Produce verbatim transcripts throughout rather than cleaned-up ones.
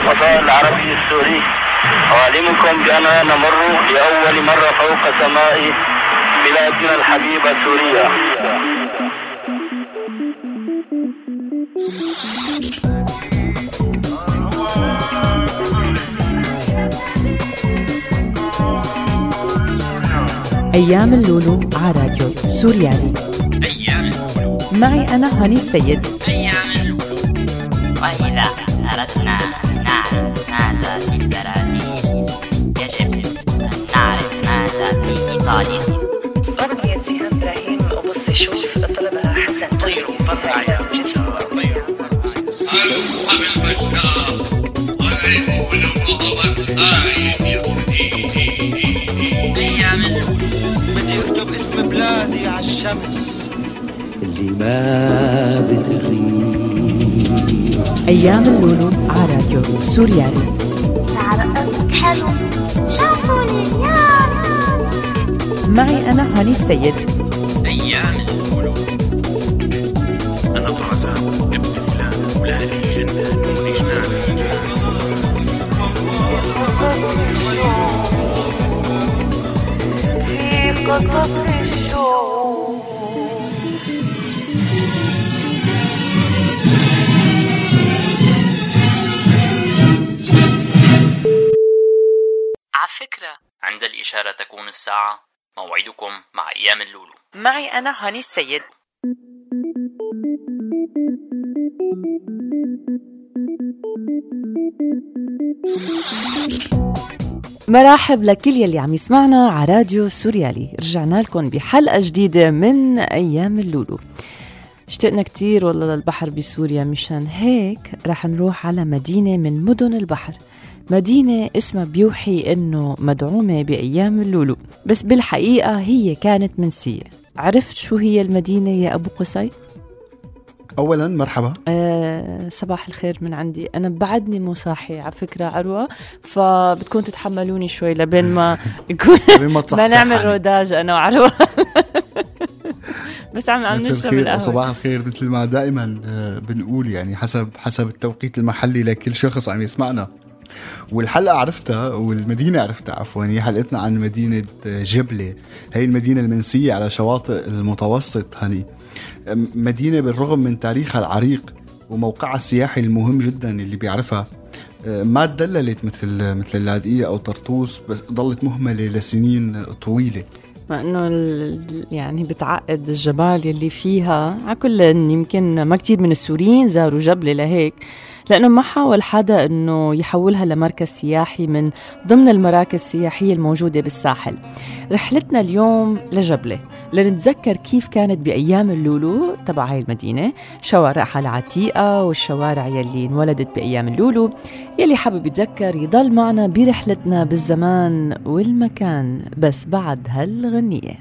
الفضاء العربي السوري، أعلمكم بأننا نمر لأول مرة فوق سماء بلادنا الحبيبة سوريا. أيام اللولو على راديو سوريالي. أيام اللولو معي أنا هاني السيد. أيام اللولو. وإذا أردنا أن نعرف ماذا في البرازيل يجب أن نعرف ماذا في إيطاليا. أغنية جيهان إبراهيم وبص شوف طلبها حسن. طيروا فرقع يا بشار، طيروا فرقع. ألقى بالبشار والعلم والمضوى آية أيام اللولو. بدي اكتب اسم بلادي على الشمس اللي ما بتغيب. أيام اللولو على راديو سوريالي. شعر قلبك حلو شافوني اليوم. معي أنا هاني السيد. أيام اللولو. أنا طرزان ابن فلان ولادي جنان جنان في قصص الشوق. على فكرة عند الإشارة تكون الساعة. موعدكم مع أيام اللولو. معي أنا هاني السيد. مرحب لكل يلي عم يسمعنا على راديو سوريالي. رجعنا لكم بحلقة جديدة من أيام اللولو. اشتقنا كتير والله للبحر بسوريا، مشان هيك رح نروح على مدينة من مدن البحر، مدينة اسمها بيوحي انه مدعومة بأيام اللولو، بس بالحقيقة هي كانت منسية. عرفت شو هي المدينة يا أبو قصي؟ أولاً مرحبا. أه صباح الخير من عندي. أنا بعدني مو صاحي على فكرة عروة، فبتكون تتحملوني شوي لبين ما يكون ما نعمل روداج أنا وعروة. بس عم عم نشرب القهوة. صباح الخير مثل ما دائما بنقول، يعني حسب حسب التوقيت المحلي لكل شخص عم يسمعنا. والحلقة عرفتها والمدينة عرفتها عفوا، هي حلقتنا عن مدينة جبلة. هي المدينة المنسية على شواطئ المتوسط. هني مدينة بالرغم من تاريخها العريق وموقعها السياحي المهم جدا اللي بيعرفها ما تدللت مثل مثل اللاذقية أو طرطوس، بس ضلت مهملة لسنين طويلة. مع انه يعني بتعقد الجبال يلي فيها. على كل يمكن ما كتير من السوريين زاروا جبلة لهيك، لأنه ما حاول حدا أنه يحولها لمركز سياحي من ضمن المراكز السياحية الموجودة بالساحل. رحلتنا اليوم لجبلة لنتذكر كيف كانت بأيام اللولو تبع هاي المدينة، شوارعها العتيقة والشوارع يلي انولدت بأيام اللولو. يلي حابب يتذكر يضل معنا برحلتنا بالزمان والمكان، بس بعد هالغنية.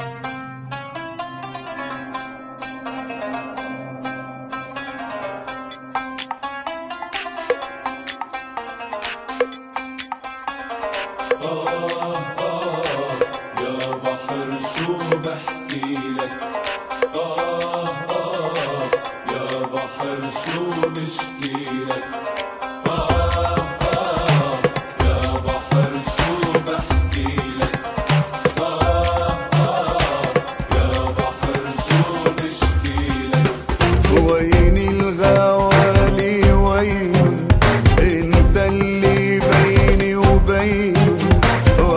وين انت اللي بيني وبين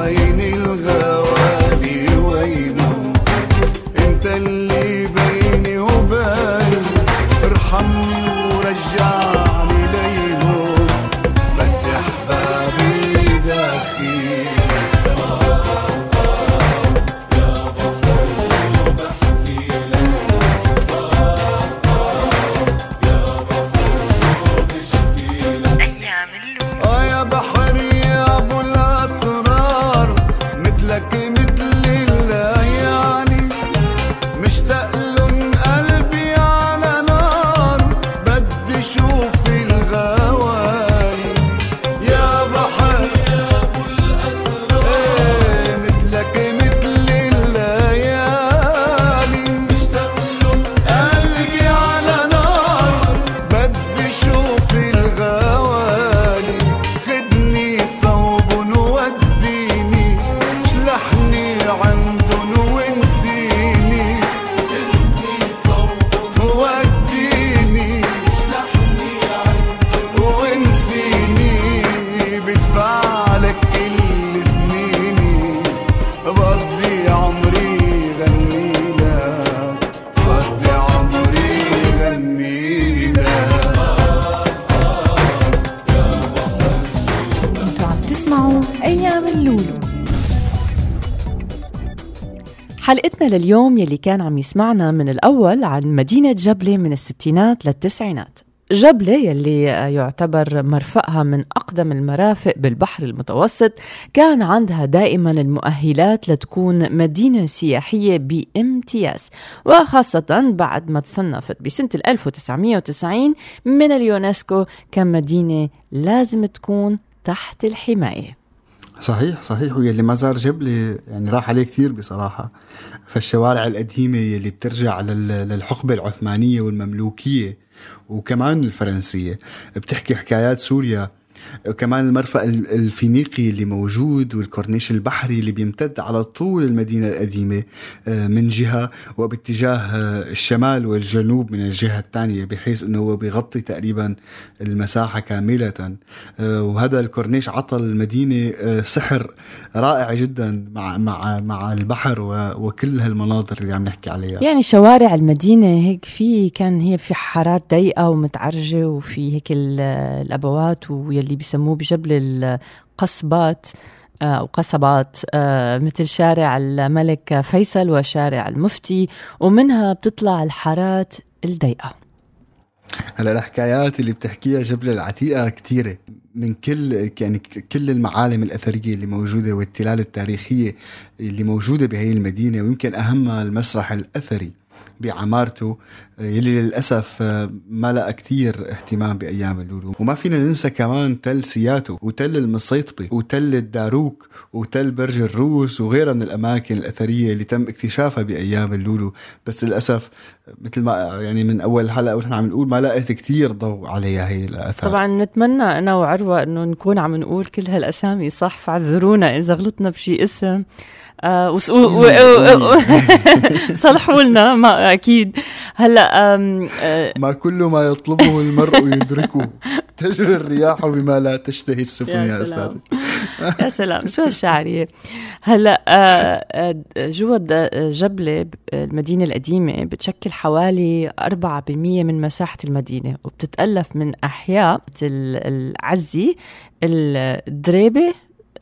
بأيام اللولو. حلقتنا لليوم يلي كان عم يسمعنا من الأول عن مدينة جبلة من الستينات للتسعينات. جبلة يلي يعتبر مرفقها من أقدم المرافق بالبحر المتوسط، كان عندها دائما المؤهلات لتكون مدينة سياحية بامتياز، وخاصة بعد ما تصنفت بسنة ألف وتسعمية وتسعين من اليونسكو كمدينة لازم تكون تحت الحماية. صحيح صحيح واللي ما زار جبلة يعني راح عليه كثير بصراحة. فالشوارع القديمة اللي بترجع للحقبة العثمانية والمملوكية وكمان الفرنسية، بتحكي حكايات سوريا، وكمان المرفأ الفينيقي اللي موجود والكورنيش البحري اللي بيمتد على طول المدينة القديمة من جهة، وباتجاه الشمال والجنوب من الجهة الثانية، بحيث أنه هو بيغطي تقريبا المساحة كاملة. وهذا الكورنيش عطى المدينة سحر رائع جدا مع مع مع البحر وكل هالمناظر اللي عم نحكي عليها. يعني شوارع المدينة هيك في كان هي في حارات ضيقة ومتعرجة، وفي هيك الأبوات ويلي اللي بيسموه بجبل القصبات أو قصبات، مثل شارع الملك فيصل وشارع المفتي، ومنها بتطلع الحارات الضيقة. هلا الحكايات اللي بتحكيها جبل العتيقة كتيرة من كل يعني كل المعالم الأثرية اللي موجودة والتلال التاريخية اللي موجودة بهي المدينة، ويمكن أهمها المسرح الأثري بعمارته يلي للأسف ما لقى كتير اهتمام بأيام اللولو. وما فينا ننسى كمان تل سياتو وتل المصيطبي وتل الداروك وتل برج الروس وغيرها من الأماكن الأثرية اللي تم اكتشافها بأيام اللولو، بس للأسف مثل ما يعني من أول حلقة ونحن عم نقول ما لقيت كتير ضوء عليها هي الآثار. طبعا نتمنى أنا وعروة أنه نكون عم نقول كل هالأسامي صح، فعذرونا إذا غلطنا بشي اسم، آه وس... و... و... و... صلحوا لنا ما أكيد. هلا آم... آه... ما كل ما يطلبه المرء يدركه، تجري الرياح بما لا تشتهي السفن يا, يا أستاذ. يا سلام شو هالشعرية. هلا آه... جوا جبلة المدينة القديمة بتشكل حوالي أربعة بالمية من مساحة المدينة، وبتتألف من أحياء العزي، الدريبة،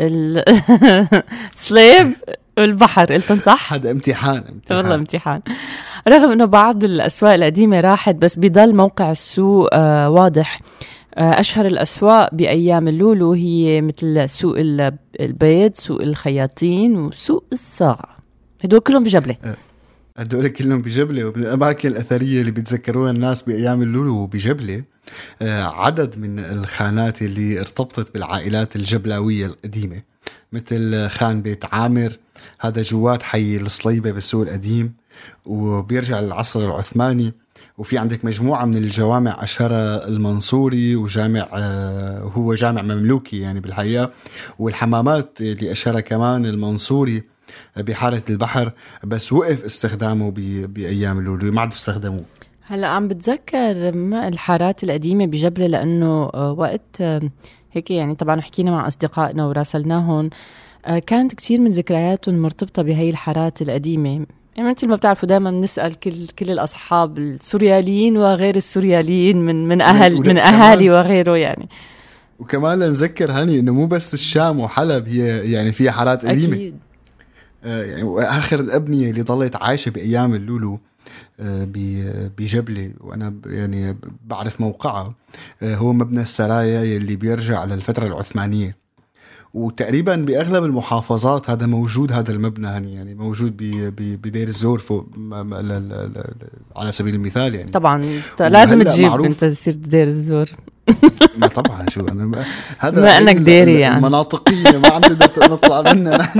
الصليب، البحر. قلت صح؟ هذا امتحان, امتحان. والله امتحان. رغم انه بعض الاسواق القديمه راحت، بس بيضل موقع السوق آه واضح. آه اشهر الاسواق بايام اللولو هي مثل سوق البيض، سوق الخياطين، وسوق الصاغه. هدول كلهم بجبله. هدول كلهم بجبله. ومن الاماكن الاثريه اللي بيتذكروها الناس بايام اللولو بجبله آه عدد من الخانات اللي ارتبطت بالعائلات الجبلاويه القديمه، مثل خان بيت عامر، هذا جوات حي الصليبة بالسوق القديم وبيرجع للعصر العثماني. وفي عندك مجموعة من الجوامع أشهرها المنصوري، وجامع آه هو جامع مملوكي يعني بالحقيقة، والحمامات اللي أشهرها كمان المنصوري بحارة البحر، بس وقف استخدامه بأيام اللولو، ما عاد استخدموه. هلأ عم بتذكر الحارات القديمة بجبلة، لأنه وقت هيك يعني طبعا حكينا مع أصدقائنا وراسلناهم، كانت كثير من ذكرياتهم مرتبطة بهاي الحارات القديمة. يعني مثل ما بتعرفوا دائما نسأل كل كل الأصحاب السورياليين وغير السورياليين من من أهل من أهالي وغيره يعني. وكمان لنذكر هاني إنه مو بس الشام وحلب هي يعني فيها حارات قديمة. أكيد. آه يعني وآخر الأبنية اللي ضلت عايشة بأيام اللولو بجبلة، وأنا يعني بعرف موقعها، هو مبنى السرايا اللي بيرجع للفترة العثمانية، وتقريبا بأغلب المحافظات هذا موجود. هذا المبنى يعني موجود بدير الزور فوق على سبيل المثال يعني. طبعا لازم تجيب انت تصير دير الزور. ما طبعا شو أنا هذا ما أنك ديري يعني المناطقية ما عم تقدر نطلع منها.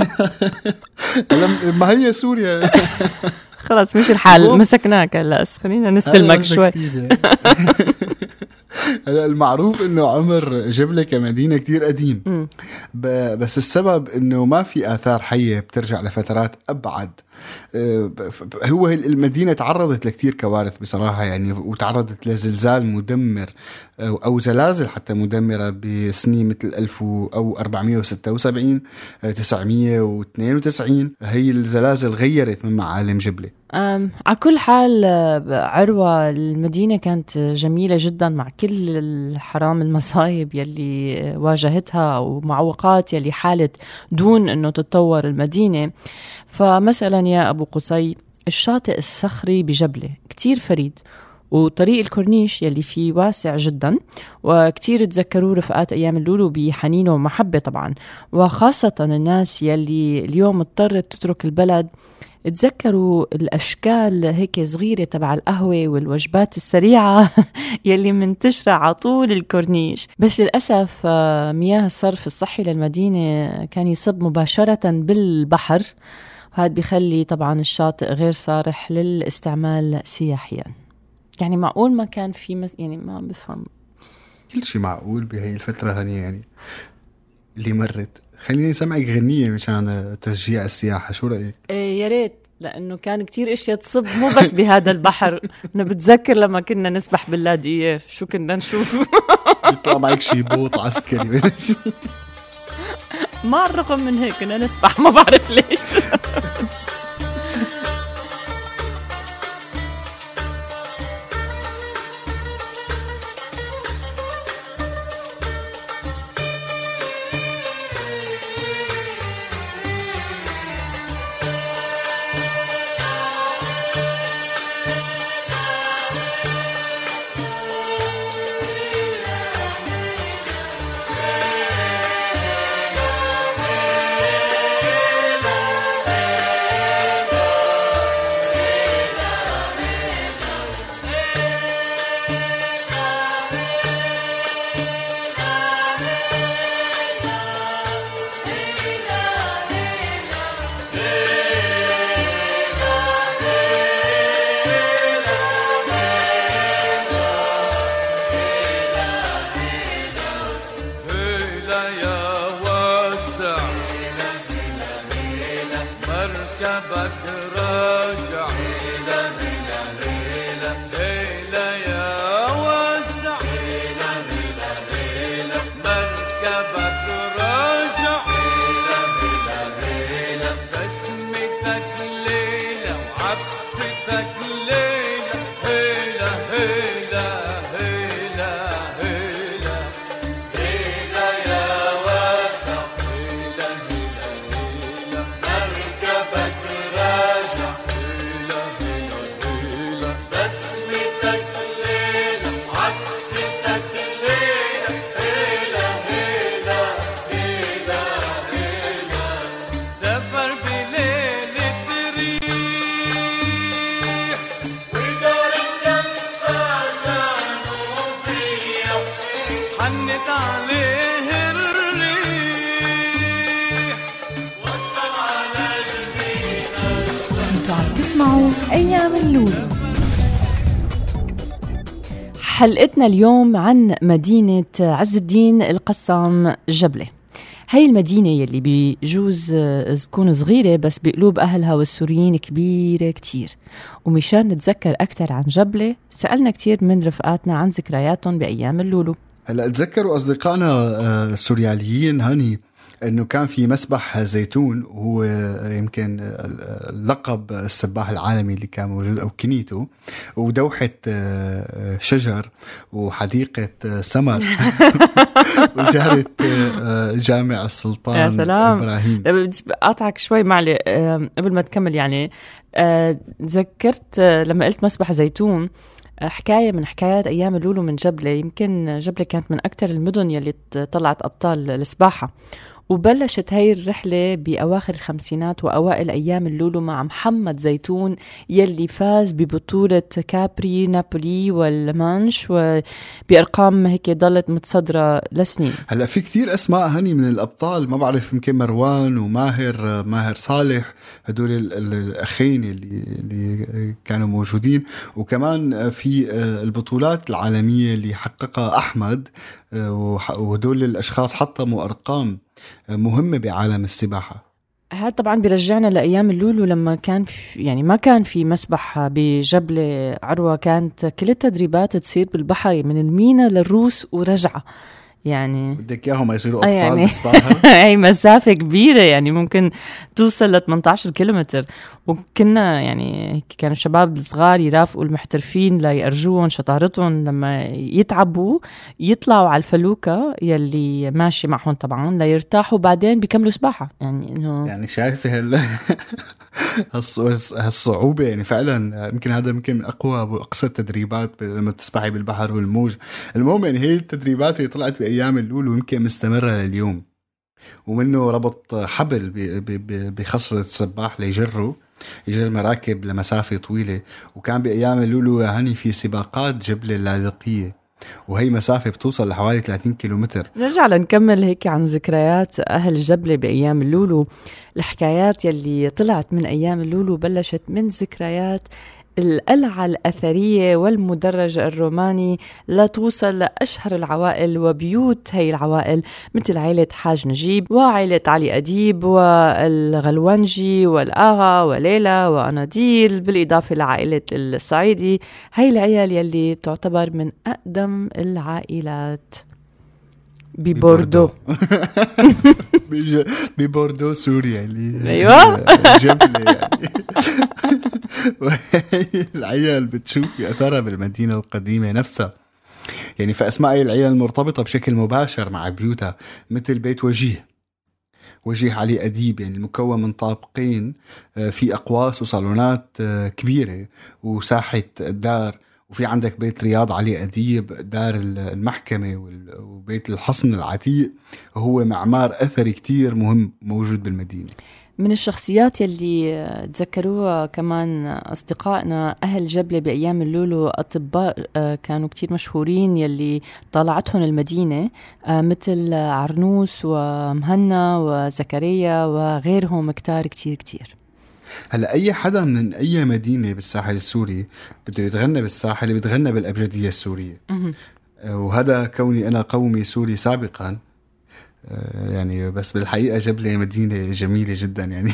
ما هي سوريا خلاص مش الحال، مسكناك هلا خلينا نستلمك شوي. المعروف انه عمر جبلة كمدينة كتير قديم، بس السبب انه ما في آثار حية بترجع لفترات ابعد هو المدينة تعرضت لكتير كوارث بصراحة يعني، وتعرضت لزلزال مدمر أو زلازل حتى مدمرة بسنين مثل ألف أو أربعمية وستة وسبعين تسعمية واثنين وتسعين. هي الزلازل غيرت من معالم جبلة. على كل حال عروة المدينة كانت جميلة جدا مع كل الحرام المصايب يلي واجهتها ومعوقات يلي حالت دون أنه تتطور المدينة. فمثلا يا أبو قصي الشاطئ الصخري بجبلة كتير فريد، وطريق الكورنيش يلي فيه واسع جدا، وكتير تذكروا رفقات أيام اللولو بحنين ومحبة طبعا، وخاصة الناس يلي اليوم اضطرت تترك البلد تذكروا الأشكال هيك صغيرة تبع القهوة والوجبات السريعة يلي منتشرة على طول الكورنيش. بس للأسف مياه الصرف الصحي للمدينة كان يصب مباشرة بالبحر، وهذا بيخلي طبعا الشاطئ غير صالح للاستعمال سياحيا. يعني معقول ما كان في مس... يعني ما بفهم كل شيء معقول بهاي الفترة هني يعني اللي مرت. خليني سمعك غنية مشان تشجيع السياحة، شو رأيك؟ إيه يا ريت، لأنه كان كتير اشياء تصب مو بس بهذا البحر. أنا بتذكر لما كنا نسبح باللاديير شو كنا نشوف. يطلع معك شي بوط عسكري. ما الرقم من هيك كنا نسبح، ما بعرف ليش. أيام اللولو. حلقتنا اليوم عن مدينة عز الدين القسام جبلة. هاي المدينة يلي بيجوز تكون صغيرة بس بقلوب أهلها والسوريين كبيرة كتير. ومشان نتذكر أكتر عن جبلة سألنا كتير من رفقاتنا عن ذكرياتهم بأيام اللولو. هلا تذكروا أصدقائنا السورياليين هاني انه كان في مسبح زيتون، وهو يمكن لقب السباح العالمي اللي كان موجود او كنيته، ودوحة شجر وحديقة سمر وجارة جامع السلطان يا سلام. إبراهيم. بدي أقطعك شوي معلي قبل ما تكمل. يعني تذكرت لما قلت مسبح زيتون حكاية من حكايات أيام اللولو من جبلة. يمكن جبلة كانت من أكتر المدن يلي طلعت أبطال السباحة، وبلشت هاي الرحلة بأواخر الخمسينات وأوائل أيام اللولو مع محمد زيتون يلي فاز ببطولة كابري نابولي والمانش، وبأرقام هيك ضلت متصدرة لسنين. هلأ في كتير أسماء هني من الأبطال، ما بعرف يمكن مروان وماهر ماهر صالح، هدول الأخين اللي, اللي كانوا موجودين. وكمان في البطولات العالمية اللي حققها أحمد، وهدول الأشخاص حطموا أرقام مهمة بعالم السباحة. هذا طبعا بيرجعنا لأيام اللولو لما كان في يعني ما كان في مسبح بجبل عروة، كانت كل التدريبات تصير بالبحر من المينا للروس ورجعة، يعني بدك اياهم يصيروا ابطال يعني بالسباحه. هي مسافه كبيره، يعني ممكن توصل ل ثمانية عشر كيلومتر. وكنا يعني كانوا الشباب الصغار يرافقوا المحترفين ليأرجوهم شطارتهم، لما يتعبوا يطلعوا على الفلوكه يلي ماشي معهم طبعا ليرتاحوا، بعدين بيكملوا سباحه. يعني انه يعني شايفه هلا هالصعوبة يعني فعلا يمكن هذا يمكن من أقوى وأقصى التدريبات لما تسبحي بالبحر والموج. المهم يعني هي التدريبات اللي طلعت بأيام اللول ويمكن مستمرة لليوم، ومنه ربط حبل بخصلة السباح ليجروا يجر مراكب لمسافة طويلة. وكان بأيام اللولو هني في سباقات جبل اللاذقية، وهي مسافة بتوصل لحوالي ثلاثين كيلومتر. نرجع لنكمل هيك عن ذكريات أهل جبلة بأيام اللولو. الحكايات يلي طلعت من أيام اللولو بلشت من ذكريات القلعة الأثرية والمدرج الروماني لتوصل لأشهر العوائل وبيوت هي العوائل، مثل عائلة حاج نجيب وعائلة علي أديب والغلوانجي والآغا وليلى وأناديل، بالإضافة لعائلة الصعيدي. هي العيال يلي تعتبر من أقدم العائلات ببوردو. ببوردو سوريا اللي ايوه جبلة يعني. العيال بتشوف اثرها بالمدينه القديمه نفسها، يعني فاسماء العيال المرتبطه بشكل مباشر مع بيوتها، مثل بيت وجيه وجيه علي أديب، يعني المكون من طابقين في أقواس وصالونات كبيرة وساحة الدار. وفي عندك بيت رياض علي أديب، دار المحكمة، وبيت الحصن العتيق، هو معمار أثري كتير مهم موجود بالمدينة. من الشخصيات يلي تذكروها كمان أصدقائنا أهل جبلة بأيام اللولو، أطباء كانوا كتير مشهورين يلي طالعتهم المدينة، مثل عرنوس ومهنا وزكريا وغيرهم كتار كتير كتير. هلا أي حدا من أي مدينة بالساحل السوري بده يتغنى بالساحل بيتغنى بالأبجدية السورية. وهذا كوني أنا قومي سوري سابقا، يعني بس بالحقيقة جبلة مدينة جميلة جدا يعني.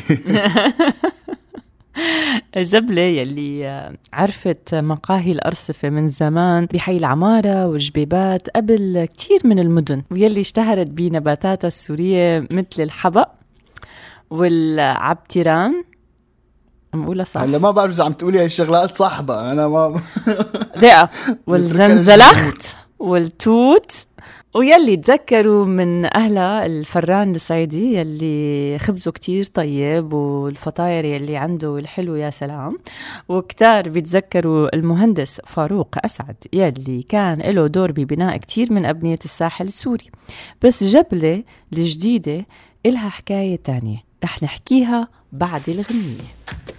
جبلة يلي عرفت مقاهي الأرصفة من زمان بحي العمارة والجبيبات قبل كتير من المدن، ويلي اشتهرت بنباتاتها السورية مثل الحبق والعبتران. أقولها صح؟ هلا ما بعرف إذا عم تقولي هاي الشغلات صح بقى، أنا ما دقيقة. والزنزلخت والتوت، ويلي تذكروا من أهلها الفران الصعيدي يلي خبزه كتير طيب والفطاير يلي عنده الحلو يا سلام. وكتار بيتذكروا المهندس فاروق أسعد يلي كان له دور ببناء كتير من أبنية الساحل السوري. بس جبلة الجديدة إلها حكاية تانية رح نحكيها بعد الغنية.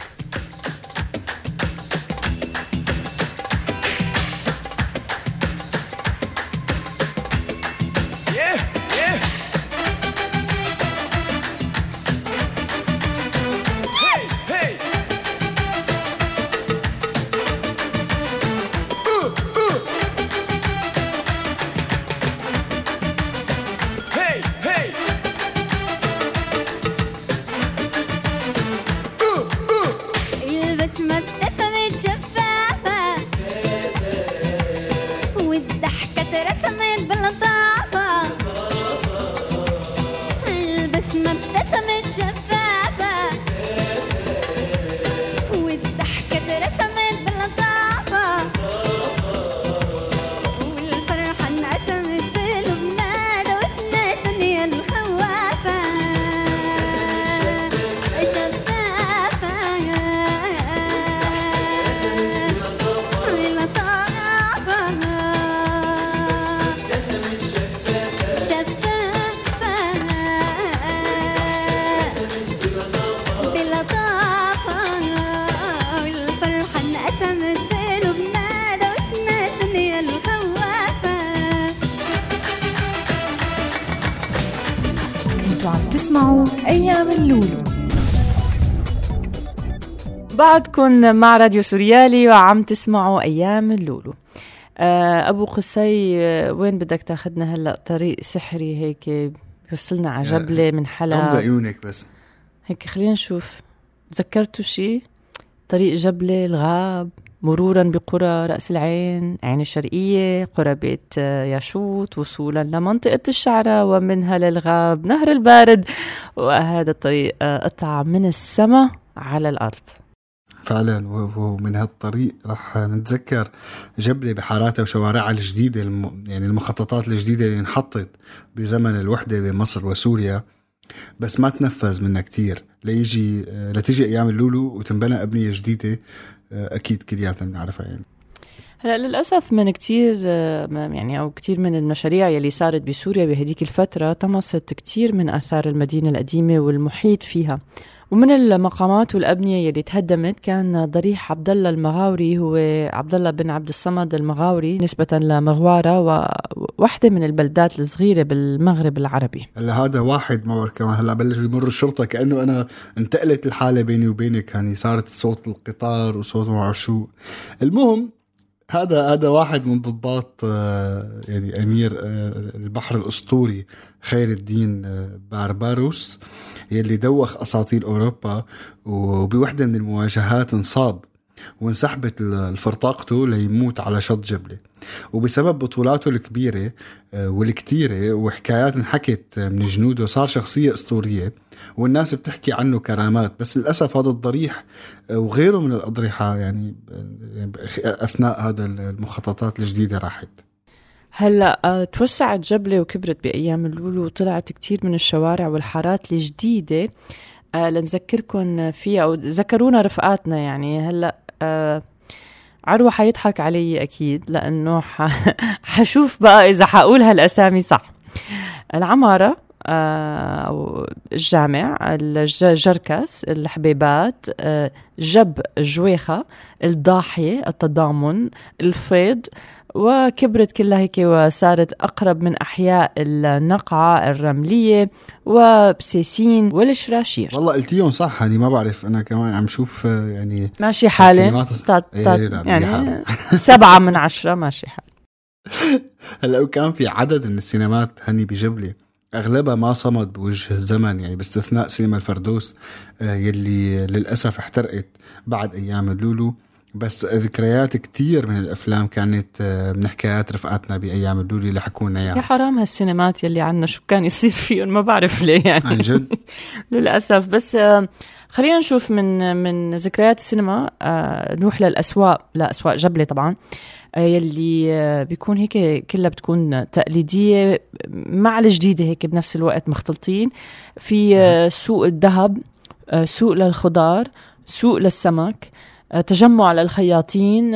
أيام اللولو. بعدكن مع راديو سوريالي وعم تسمعوا أيام اللولو. أبو قصي، وين بدك تاخدنا هلأ؟ طريق سحري هيك يوصلنا على جبلة من حلا. غمض عيونك بس. هيك خلينا نشوف. تذكرتوا شيء؟ طريق جبلة، الغاب، مرورا بقرى رأس العين، عين الشرقية، قرى بيت ياشوت، وصولا لمنطقة الشعرة ومنها للغاب، نهر البارد. وهذا الطريق قطعة من السماء على الأرض فعلا. ومن هالطريق رح نتذكر جبلة بحاراتها وشوارعها الجديدة، يعني المخططات الجديدة اللي انحطت بزمن الوحدة بين مصر وسوريا، بس ما تنفذ منها كتير ليجي لتيجي أيام اللولو وتنبنى أبنية جديدة أكيد كلياتنا نعرفها. يعني هلا للأسف من كتير يعني أو كتير من المشاريع يلي صارت بسوريا بهديك الفترة طمست كتير من آثار المدينة القديمة والمحيط فيها. ومن المقامات والأبنية يلي تهدمت كان ضريح عبد الله المغاوري، هو عبد الله بن عبد الصمد المغاوري نسبة لمغوارة، وواحدة من البلدات الصغيرة بالمغرب العربي. هلا هذا واحد ما كمان هلا بلش يمر الشرطة كأنه أنا انتقلت الحالة بيني وبينك، يعني صارت صوت القطار وصوت ما بعرف شو. المهم هذا هذا واحد من ضباط يعني أمير البحر الأسطوري خير الدين بارباروس يلي دوخ أساطيل أوروبا، وبوحدة من المواجهات انصاب وانسحبت الفرطاقته ليموت على شط جبلة. وبسبب بطولاته الكبيرة والكتيرة وحكايات انحكت من جنوده صار شخصية أسطورية، والناس بتحكي عنه كرامات. بس للأسف هذا الضريح وغيره من الأضرحة يعني أثناء هذا المخططات الجديدة راحت. هلأ توسعت جبلة وكبرت بأيام اللولو وطلعت كتير من الشوارع والحارات الجديدة أه لنذكركن فيها أو ذكرونا رفقاتنا. يعني هلأ أه عروة حيضحك علي أكيد لأنه حشوف بقى إذا حقول هالأسامي صح. العمارة أه الجامع، الجركس، الحبيبات، أه جب جويخة، الضاحية، التضامن، الفيض، وكبرت كلها هيك وصارت أقرب من أحياء النقعة، الرملية، وبسيسين والشراشير. والله قلتيهم صح، يعني ما بعرف أنا كمان عم شوف يعني ماشي حالي طات طات يعني سبعة من عشرة ماشي حال. هلأ كان في عدد من السينمات هني بجبلة أغلبها ما صمد بوجه الزمن، يعني باستثناء سينما الفردوس يلي للأسف احترقت بعد أيام اللولو. بس ذكريات كتير من الأفلام كانت من حكايات رفقاتنا بأيام اللولو اللي حكونا إياها. يا حرام هالسينمات يلي عنا شو كان يصير فيهم ما بعرف ليه يعني عن جد للأسف. بس خلينا نشوف من من ذكريات السينما نروح للأسواق، لا أسواق جبلة طبعا يلي بيكون هيك كلها بتكون تقليدية مع الجديدة هيك بنفس الوقت مختلطين. في سوق الذهب، سوق للخضار، سوق للسمك، تجمع للخياطين،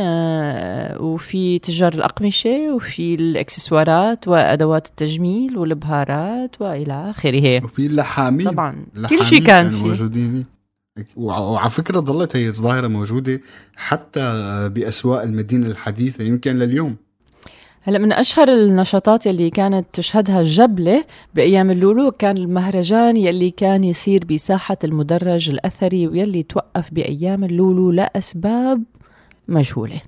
وفي تجار الأقمشة، وفي الإكسسوارات وأدوات التجميل والبهارات وإلى آخره. وفي اللحامين طبعا كل شيء كان فيه موجودين. وعلى فكرة ظلت هي الظاهرة موجودة حتى بأسواق المدينة الحديثة يمكن لليوم. هلا من أشهر النشاطات يلي كانت تشهدها جبلة بأيام اللولو كان المهرجان يلي كان يصير بساحة المدرج الأثري، ويلي توقف بأيام اللولو لأسباب مجهولة.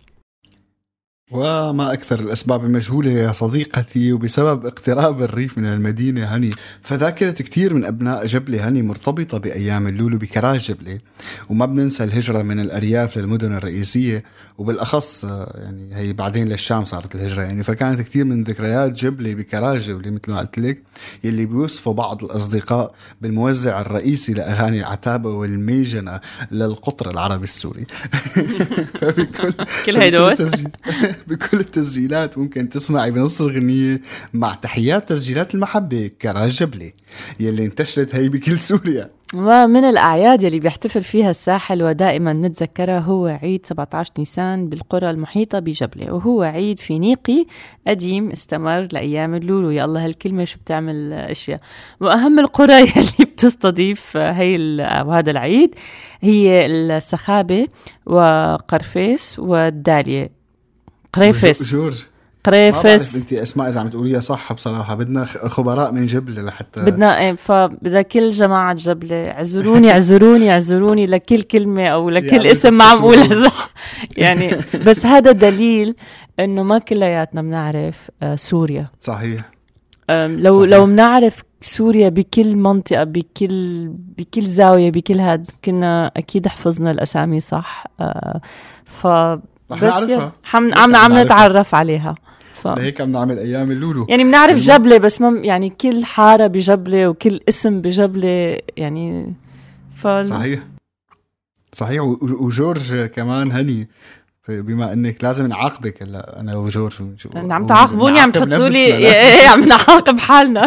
وما أكثر الأسباب المجهولة يا صديقتي، وبسبب اقتراب الريف من المدينة هني. فذاكرة كتير من أبناء جبلة هني مرتبطة بأيام اللولو بكراج جبلة، وما بننسى الهجرة من الأرياف للمدن الرئيسية، وبالأخص يعني هي بعدين للشام صارت الهجرة يعني. فكانت كتير من ذكريات جبلة بكراج جبلة مثل ما قلت لك، يلي بيوصفوا بعض الأصدقاء بالموزع الرئيسي لأغاني العتابة والميجنة للقطر العربي السوري. فبكل كل هيدول بكل التسجيلات ممكن تسمعي بنص الغنية مع تحيات تسجيلات المحبة كراج جبلة يلي انتشرت هي بكل سوريا. ومن الأعياد يلي بيحتفل فيها الساحل ودائما نتذكرها هو عيد سبعة عشر نيسان بالقرى المحيطة بجبلة، وهو عيد فينيقي قديم استمر لأيام اللولو. يا الله هالكلمة شو بتعمل أشياء. وأهم القرى يلي بتستضيف هي هذا العيد هي السخابة وقرفيس والدالية. قريفس جورج قريفس. انت اسماء اذا عم تقوليها صح بصراحه بدنا خبراء من جبلة لحتى بدنا ايه. فبدها كل جماعه جبلة عزروني عزروني عزروني لكل كلمه او لكل اسم ما عم اقولها صح يعني. بس هذا دليل انه ما كلياتنا بنعرف سوريا. صحيح. لو صحيح. لو بنعرف سوريا بكل منطقة بكل بكل زاوية بكل هاد كنا أكيد حفظنا الأسامي صح. آه ف بس عم عم عم نتعرف عليها. ف... لهيك عم نعمل أيام اللولو يعني بنعرف جبلة بس ما يعني كل حارة بجبلة وكل اسم بجبلة يعني. ف... صحيح صحيح. وجورج كمان هني بما انك لازم نعاقبك هلا انا وجورج عم تعاقبوني عم تحطوا لي عم نعاقب حالنا.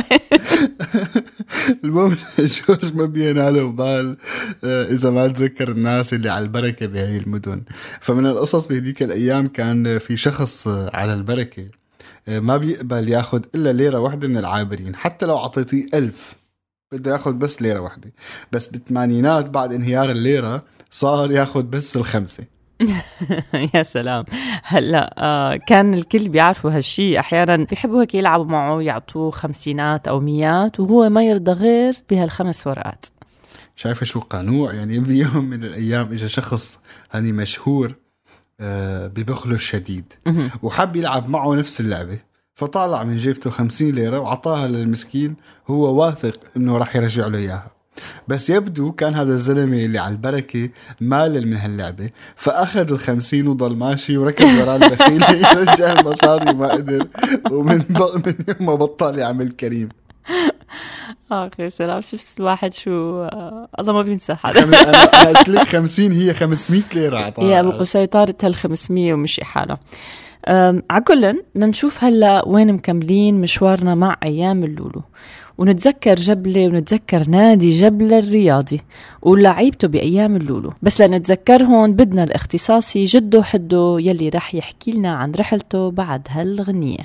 المهم جورج ما بيناله بال اذا ما تذكر الناس اللي على البركه بهي المدن. فمن القصص بهديك الايام كان في شخص على البركه ما بيقبل ياخد الا ليره واحده من العابرين حتى لو عطيتيه ألف بده ياخد بس ليره واحده. بس بالثمانينات بعد انهيار الليره صار ياخد بس الخمسه. يا سلام. هلا آه كان الكل بيعرفوا هالشي. احيانا بيحبوا هيك يلعبوا معه يعطوه خمسينات او ميات وهو ما يرضى غير بهالخمس ورقات. شايفه شو قنوع يعني. بيوم من الايام اجى شخص هني مشهور آه ببخله الشديد وحب يلعب معه نفس اللعبه فطالع من جيبته خمسين ليره وعطاها للمسكين هو واثق انه راح يرجع له اياها. بس يبدو كان هذا الزلمة اللي على البركة مالل من هاللعبة فأخذ الخمسين وضل ماشي وركب وراء البخيل يرجع المصاري ما قدر ومن من يوم ما بطل يعمل كريم. آخر سلام. شفت الواحد شو آه الله ما بينسى حدا. أنا قلت لك خمسين هي خمسمية ليرة عطاها. يا أبو قصي طارت هالخمسمية ومشي حالة. عكلا نشوف هلا وين مكملين مشوارنا مع أيام اللولو ونتذكر جبلة ونتذكر نادي جبلة الرياضي ولعيبته بأيام اللولو. بس لنتذكرهم بدنا الاختصاصي جدو حدو يلي رح يحكي لنا عن رحلته بعد هالغنية.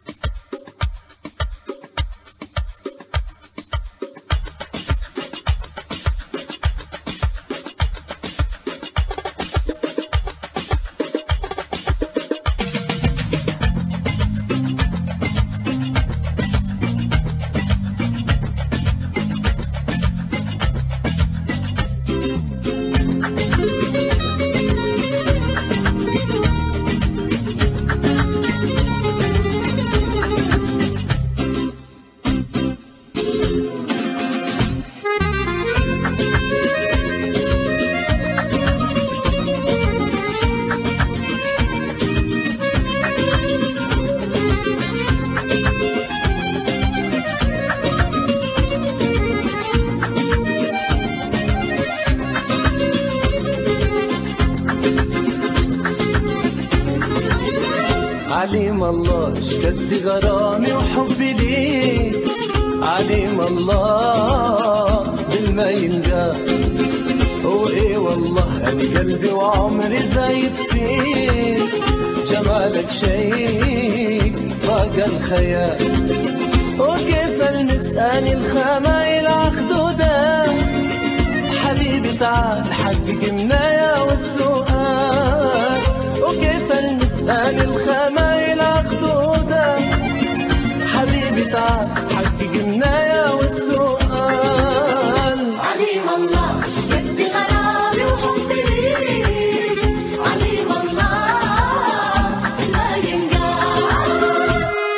عليم الله اشتد غرامي وحبي ليك. عليم الله بالما ينقال وايه والله انا قلبي وعمري زايد فيك. جمالك شيء فاق الخيال وكيف المسأني الخمايل عخدودة. حبيبي تعال حقق النايا والسؤال وكيف المسأني الخمايل عخدودة. حبيبي تعال حقق النايا والسؤال. عليم الله اشتد غرامي وحبي ليك. عليم الله ما ينقال.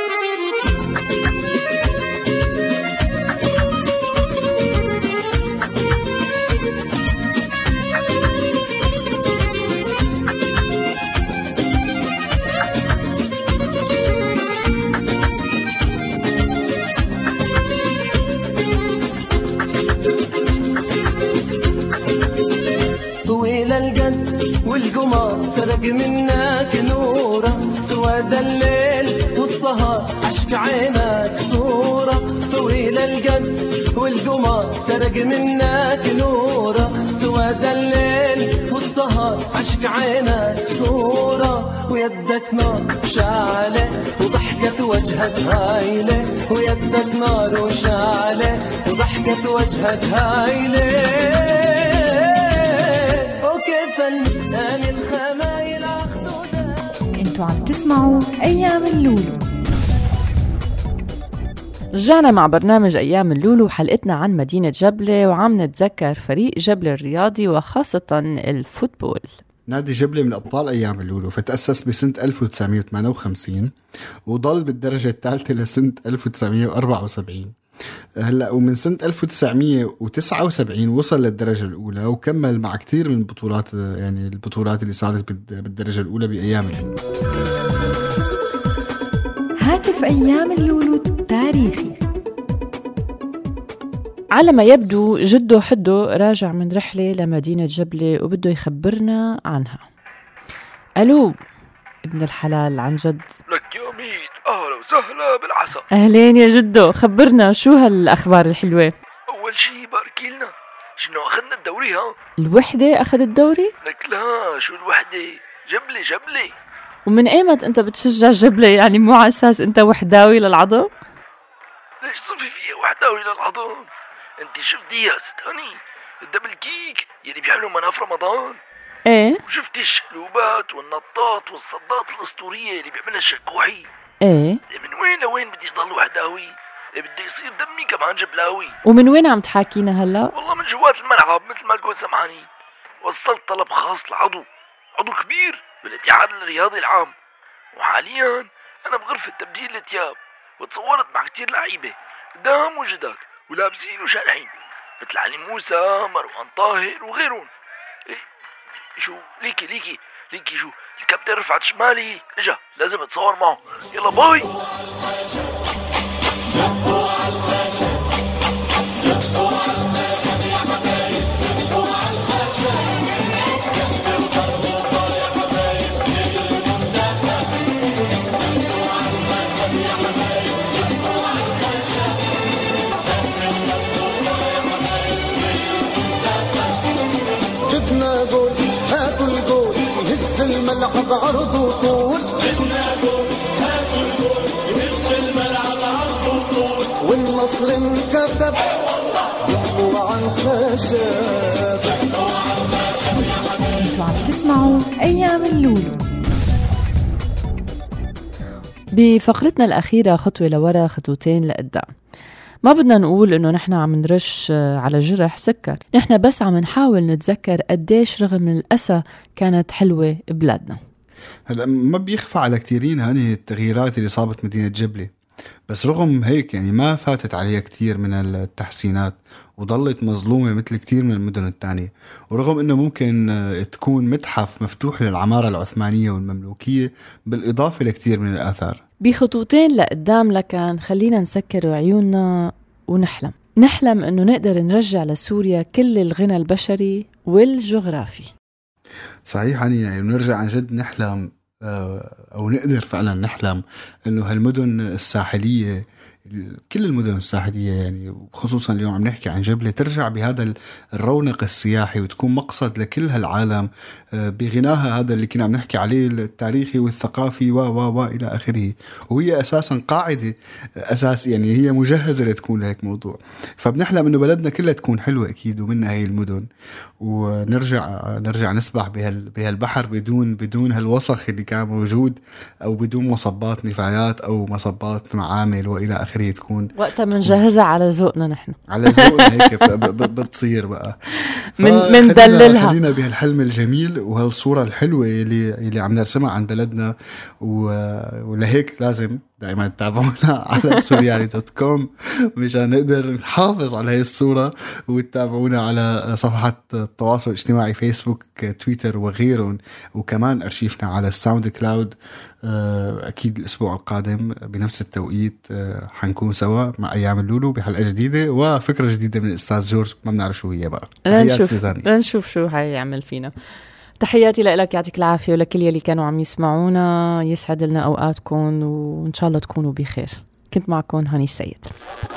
طويل القد والقمر سرق منك نوره. سواد الليل والسهر عشق عينك صورة. طويل القد والقمر سرق منك نوره. سواد الليل والسهر عشق عينك صورة. ويدك نار وشعلة وضحكة وجهك هايلة. ويدك نار وشعلة وضحكة وجهك هايلة. وكيف المسألة الخمايل عخدودة. انتوا عم تسمعوا أيام اللولو. رجعنا مع برنامج أيام اللولو وحلقتنا عن مدينة جبلة وعم نتذكر فريق جبلة الرياضي وخاصة الفوتبول. نادي جبلة من أبطال أيام اللولو فتأسس بسنة ألف وتسعمية وثمانية وخمسين وضل بالدرجة الثالثة لسنة ألف وتسعمية وأربعة وسبعين. هلا ومن سنة ألف وتسعمية وتسعة وسبعين وصل للدرجة الأولى وكمل مع كتير من البطولات، يعني البطولات اللي صارت بالدرجة الأولى بأيام اللولو. هاتف أيام اللولو التاريخي. على ما يبدو جدو حدو راجع من رحلة لمدينة جبلة وبده يخبرنا عنها. ألو ابن الحلال، عن جد لك يا ميت، أهلا وسهلا بالعسى. أهلين يا جدو، خبرنا شو هالأخبار الحلوة. أول شي باركي لنا شنو أخذنا الدوري. ها الوحدة أخذ الدوري؟ لك لا، شو الوحدة؟ جبلة جبلة. ومن ايمت انت بتشجع جبلة؟ يعني مو على اساس انت وحداوي للعظم؟ ليش صفي فيها وحداوي للعظم؟ انت شفتي يا ستاني الدبل كيك يلي بيعملوا مناف رمضان؟ ايه. وشفتي الشلوبات والنطاط والصدات الاسطورية اللي بيعملها الشكوحي؟ ايه. من وين لوين بدي ضل وحداوي؟ بده يصير دمي كمان جبلاوي. ومن وين عم تحاكينا هلا؟ والله من جوات الملعب، مثل ما تكون سمعاني. وصلت طلب خاص لعضو عضو كبير بالاتحاد الرياضي العام، وحاليا انا بغرفة تبديل الثياب، وتصورت مع كتير لعيبة قدام وجدك ولابسين وشارعين مثل علي موسى، مروان طاهر وغيرهم. إيه شو ليكي ليكي ليكي شو الكابتن رفعت شمالي اجا، لازم اتصور معه. يلا باي. جبنا جول، هاتوا الجول يهز الملعب عرض وطول. جبنا جول، هاتوا الجول يهز الملعب عرض وطول. والنصر انكتب يحلو عن خشب. انتوا عم تسمعوا أيام اللولو. بفقرتنا الأخيرة خطوة لورا خطوتين لقدام. ما بدنا نقول إنه نحن عم نرش على جرح سكر، نحن بس عم نحاول نتذكر قديش رغم الأسى كانت حلوة بلادنا. هلا ما بيخفى على كتيرين هاني التغييرات اللي صابت مدينة جبلة، بس رغم هيك يعني ما فاتت عليها كتير من التحسينات وظلت مظلومة مثل كتير من المدن التانية. ورغم انه ممكن تكون متحف مفتوح للعمارة العثمانية والمملوكية بالإضافة لكتير من الآثار. بخطوتين لقدام لكان خلينا نسكر عيوننا ونحلم نحلم انه نقدر نرجع لسوريا كل الغنى البشري والجغرافي. صحيح يعني نرجع عن جد نحلم أو نقدر فعلا نحلم إنه هالمدن الساحلية، كل المدن الساحلية يعني خصوصا اليوم عم نحكي عن جبلة، ترجع بهذا الرونق السياحي وتكون مقصد لكل هالعالم بغناها هذا اللي كنا عم نحكي عليه التاريخي والثقافي و و و إلى آخره. وهي أساسا قاعدة أساس يعني هي مجهزة لتكون لهيك موضوع. فبنحلم إنه بلدنا كلها تكون حلوة أكيد ومنها هي المدن، ونرجع نرجع نسبح بهال بهالبحر بدون بدون هالوسخ اللي كان موجود، أو بدون مصبات نفايات أو مصبات معامل وإلى آخره. تكون وقتها منجهزها على ذوقنا نحن، على ذوقنا هيك بتصير بقى من من دللها. خلينا بهالحلم الجميل وهالصورة الحلوة اللي اللي عم نرسمها عن بلدنا، ولهيك لازم دائما تتابعونا على سوريالي دوت كوم مشان نقدر نحافظ على هاي الصورة، وتتابعونا على صفحات التواصل الاجتماعي فيسبوك، تويتر وغيرهم، وكمان أرشيفنا على الساوند كلاود. أكيد الأسبوع القادم بنفس التوقيت حنكون سوا مع أيام اللولو بحلقة جديدة وفكرة جديدة من الأستاذ جورج، ما بنعرف شو هي بقى. لنشوف لنشوف شو هاي يعمل فينا. تحياتي لك، يعطيك العافية، ولكل يلي كانوا عم يسمعونا يسعد لنا أوقاتكم وإن شاء الله تكونوا بخير. كنت معكم هاني السيد.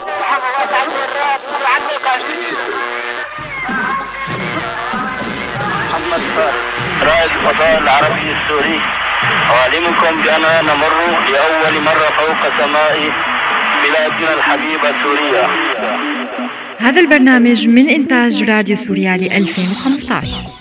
محمد فارس رائد الفضاء العربي السوري، أعلمكم بأننا نمر لأول مرة فوق سماء بلادنا الحبيبة سوريا. هذا البرنامج من إنتاج راديو سوريالي ألفين وخمسة عشر.